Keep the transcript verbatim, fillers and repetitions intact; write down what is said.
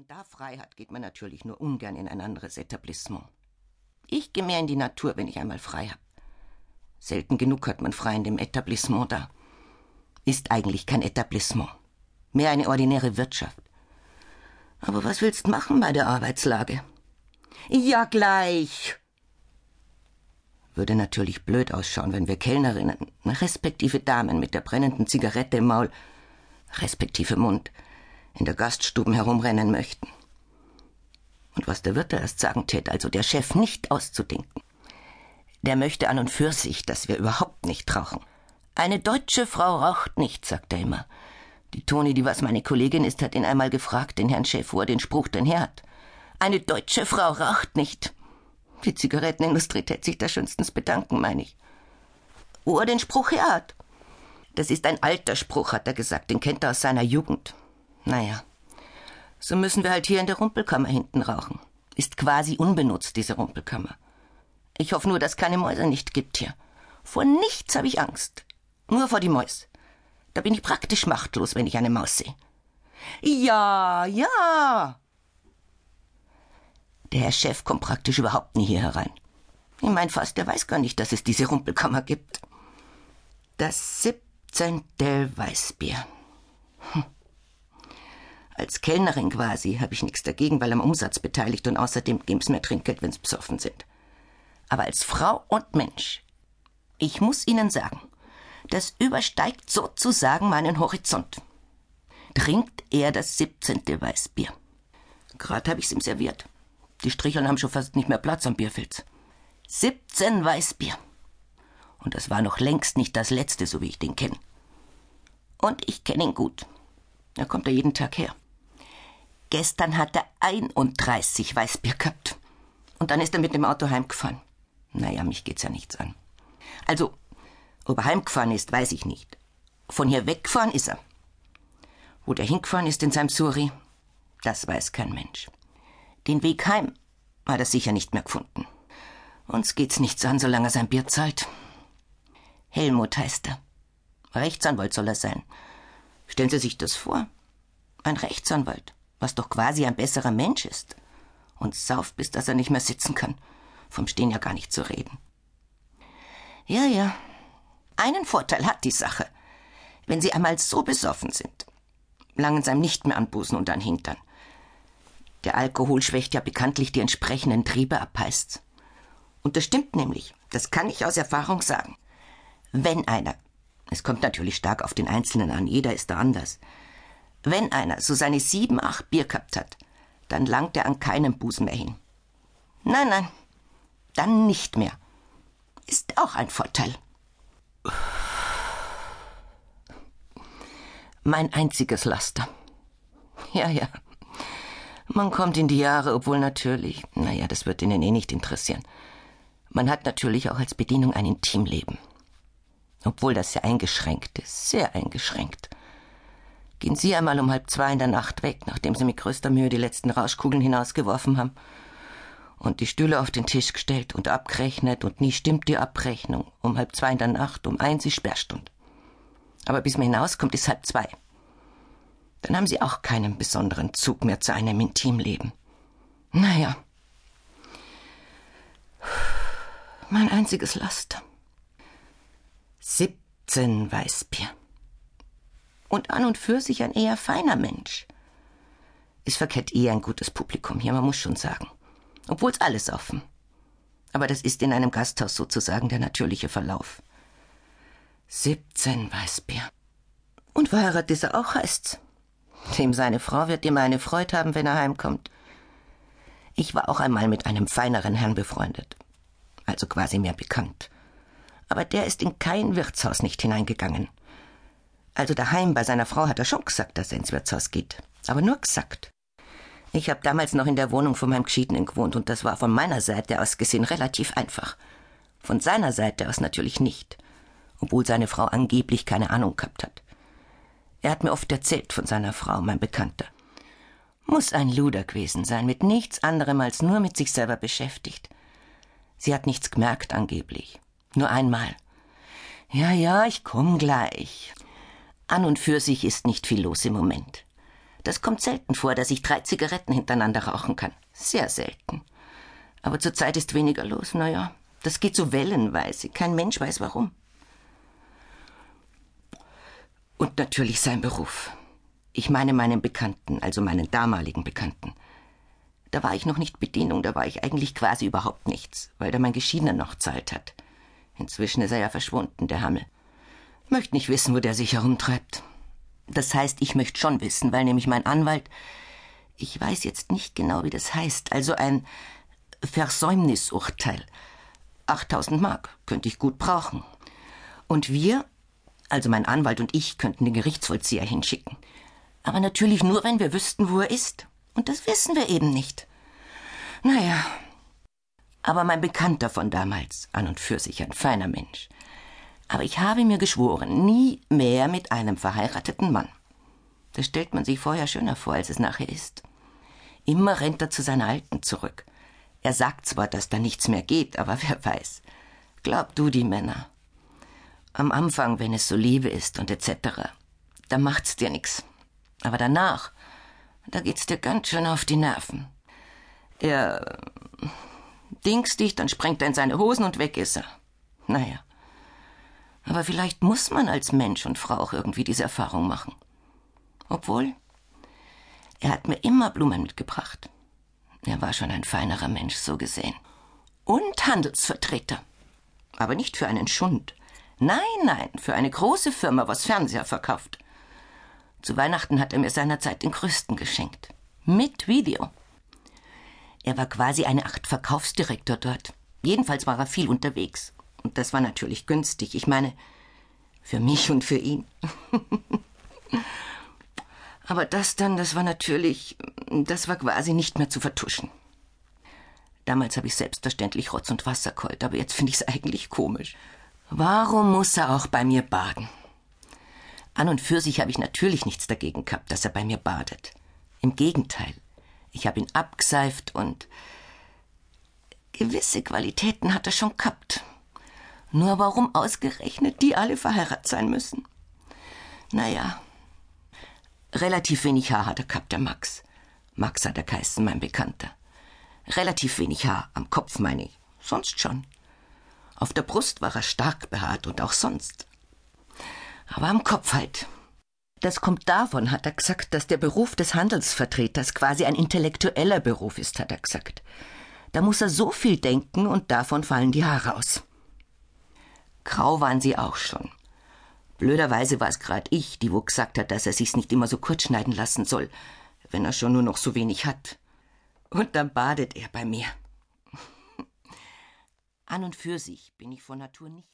man da frei hat, geht man natürlich nur ungern in ein anderes Etablissement. Ich gehe mehr in die Natur, wenn ich einmal frei habe. Selten genug hat man frei in dem Etablissement da. Ist eigentlich kein Etablissement. Mehr eine ordinäre Wirtschaft. Aber was willst du machen bei der Arbeitslage? Ja, gleich. Würde natürlich blöd ausschauen, wenn wir Kellnerinnen, respektive Damen mit der brennenden Zigarette im Maul, respektive Mund, in der Gaststuben herumrennen möchten. Und was der Wirt da erst sagen tät, also der Chef nicht auszudenken. Der möchte an und für sich, dass wir überhaupt nicht rauchen. Eine deutsche Frau raucht nicht, sagt er immer. Die Toni, die was meine Kollegin ist, hat ihn einmal gefragt, den Herrn Chef, wo er den Spruch denn her hat. Eine deutsche Frau raucht nicht. Die Zigarettenindustrie tät sich da schönstens bedanken, meine ich. Wo er den Spruch her hat. Das ist ein alter Spruch, hat er gesagt, den kennt er aus seiner Jugend. Naja, so müssen wir halt hier in der Rumpelkammer hinten rauchen. Ist quasi unbenutzt, diese Rumpelkammer. Ich hoffe nur, dass es keine Mäuse nicht gibt hier. Vor nichts habe ich Angst. Nur vor die Mäus. Da bin ich praktisch machtlos, wenn ich eine Maus sehe. Ja, ja. Der Herr Chef kommt praktisch überhaupt nie hier herein. Ich mein fast, der weiß gar nicht, dass es diese Rumpelkammer gibt. Das siebzehnte Weißbier. Hm. Als Kellnerin quasi habe ich nichts dagegen, weil am Umsatz beteiligt und außerdem geben's mir Trinkgeld, wenn's besoffen sind. Aber als Frau und Mensch, ich muss Ihnen sagen, das übersteigt sozusagen meinen Horizont. Trinkt er das siebzehnte Weißbier. Gerade habe ich's ihm serviert. Die Stricheln haben schon fast nicht mehr Platz am Bierfilz. siebzehn Weißbier. Und das war noch längst nicht das letzte, so wie ich den kenne. Und ich kenne ihn gut. Da kommt er jeden Tag her. Gestern hat er einunddreißig Weißbier gehabt. Und dann ist er mit dem Auto heimgefahren. Naja, mich geht's ja nichts an. Also, ob er heimgefahren ist, weiß ich nicht. Von hier weggefahren ist er. Wo der hingefahren ist in seinem Suri, das weiß kein Mensch. Den Weg heim hat er sicher nicht mehr gefunden. Uns geht's nichts an, solange er sein Bier zahlt. Helmut heißt er. Rechtsanwalt soll er sein. Stellen Sie sich das vor. Ein Rechtsanwalt, was doch quasi ein besserer Mensch ist. Und sauft, bis dass er nicht mehr sitzen kann. Vom Stehen ja gar nicht zu reden. Ja, ja. Einen Vorteil hat die Sache. Wenn Sie einmal so besoffen sind, langen Sie einem nicht mehr an Busen und an Hintern. Der Alkohol schwächt ja bekanntlich die entsprechenden Triebe ab, heißt's. Und das stimmt nämlich. Das kann ich aus Erfahrung sagen. Wenn einer, es kommt natürlich stark auf den Einzelnen an, jeder ist da anders. Wenn einer so seine sieben, acht Bier gehabt hat, dann langt er an keinem Busen mehr hin. Nein, nein, dann nicht mehr. Ist auch ein Vorteil. Mein einziges Laster. Ja, ja. Man kommt in die Jahre, obwohl natürlich, naja, das wird Ihnen eh nicht interessieren. Man hat natürlich auch als Bedienung ein Intimleben. Obwohl das sehr eingeschränkt ist, sehr eingeschränkt. Gehen Sie einmal um halb zwei in der Nacht weg, nachdem Sie mit größter Mühe die letzten Rauschkugeln hinausgeworfen haben und die Stühle auf den Tisch gestellt und abgerechnet und nie stimmt die Abrechnung. Um halb zwei in der Nacht, um eins ist Sperrstunde. Aber bis man hinauskommt, ist halb zwei. Dann haben Sie auch keinen besonderen Zug mehr zu einem Intimleben. Naja. Mein einziges Laster. siebzehn Weißbier. Und an und für sich ein eher feiner Mensch. Es verkehrt eher ein gutes Publikum hier, man muss schon sagen. Obwohl's alles offen. Aber das ist in einem Gasthaus sozusagen der natürliche Verlauf. siebzehn Weißbier. Und verheiratet ist er auch, heißt's. Dem seine Frau wird immer eine Freude haben, wenn er heimkommt. Ich war auch einmal mit einem feineren Herrn befreundet. Also quasi mehr bekannt. Aber der ist in kein Wirtshaus nicht hineingegangen. Also daheim bei seiner Frau hat er schon gesagt, dass er ins Wirtshaus geht. Aber nur gesagt. Ich habe damals noch in der Wohnung von meinem Geschiedenen gewohnt und das war von meiner Seite aus gesehen relativ einfach. Von seiner Seite aus natürlich nicht. Obwohl seine Frau angeblich keine Ahnung gehabt hat. Er hat mir oft erzählt von seiner Frau, mein Bekannter. Muss ein Luder gewesen sein, mit nichts anderem als nur mit sich selber beschäftigt. Sie hat nichts gemerkt, angeblich. Nur einmal. Ja, ja, ich komm gleich. An und für sich ist nicht viel los im Moment. Das kommt selten vor, dass ich drei Zigaretten hintereinander rauchen kann. Sehr selten. Aber zurzeit ist weniger los. Naja, das geht so wellenweise. Kein Mensch weiß warum. Und natürlich sein Beruf. Ich meine meinen Bekannten, also meinen damaligen Bekannten. Da war ich noch nicht Bedienung, da war ich eigentlich quasi überhaupt nichts, weil da mein Geschiedener noch zahlt hat. Inzwischen ist er ja verschwunden, der Hammel. Möchte nicht wissen, wo der sich herumtreibt. Das heißt, ich möchte schon wissen, weil nämlich mein Anwalt, ich weiß jetzt nicht genau, wie das heißt, also ein Versäumnisurteil. achttausend Mark könnte ich gut brauchen. Und wir, also mein Anwalt und ich, könnten den Gerichtsvollzieher hinschicken. Aber natürlich nur, wenn wir wüssten, wo er ist. Und das wissen wir eben nicht. Naja, aber mein Bekannter von damals, an und für sich ein feiner Mensch. Aber ich habe mir geschworen, nie mehr mit einem verheirateten Mann. Das stellt man sich vorher schöner vor, als es nachher ist. Immer rennt er zu seiner Alten zurück. Er sagt zwar, dass da nichts mehr geht, aber wer weiß. Glaub du die Männer. Am Anfang, wenn es so Liebe ist und et cetera, da macht's dir nix. Aber danach, da geht's dir ganz schön auf die Nerven. Er dingst dich, dann sprengt er in seine Hosen und weg ist er. Naja. Aber vielleicht muss man als Mensch und Frau auch irgendwie diese Erfahrung machen. Obwohl, er hat mir immer Blumen mitgebracht. Er war schon ein feinerer Mensch, so gesehen. Und Handelsvertreter. Aber nicht für einen Schund. Nein, nein, für eine große Firma, was Fernseher verkauft. Zu Weihnachten hat er mir seinerzeit den größten geschenkt. Mit Video. Er war quasi eine Art Verkaufsdirektor dort. Jedenfalls war er viel unterwegs. Und das war natürlich günstig. Ich meine, für mich und für ihn. Aber das dann, das war natürlich, das war quasi nicht mehr zu vertuschen. Damals habe ich selbstverständlich Rotz und Wasser geheult, aber jetzt finde ich es eigentlich komisch. Warum muss er auch bei mir baden? An und für sich habe ich natürlich nichts dagegen gehabt, dass er bei mir badet. Im Gegenteil, ich habe ihn abgeseift und gewisse Qualitäten hat er schon gehabt. Nur warum ausgerechnet die alle verheiratet sein müssen? Naja, relativ wenig Haar hat er gehabt, der Max. Max hat er geheißen, mein Bekannter. Relativ wenig Haar, am Kopf meine ich, sonst schon. Auf der Brust war er stark behaart und auch sonst. Aber am Kopf halt. Das kommt davon, hat er gesagt, dass der Beruf des Handelsvertreters quasi ein intellektueller Beruf ist, hat er gesagt. Da muss er so viel denken und davon fallen die Haare aus. Grau waren sie auch schon. Blöderweise war es gerade ich, die wo gesagt hat, dass er sich's nicht immer so kurz schneiden lassen soll, wenn er schon nur noch so wenig hat. Und dann badet er bei mir. An und für sich bin ich von Natur nicht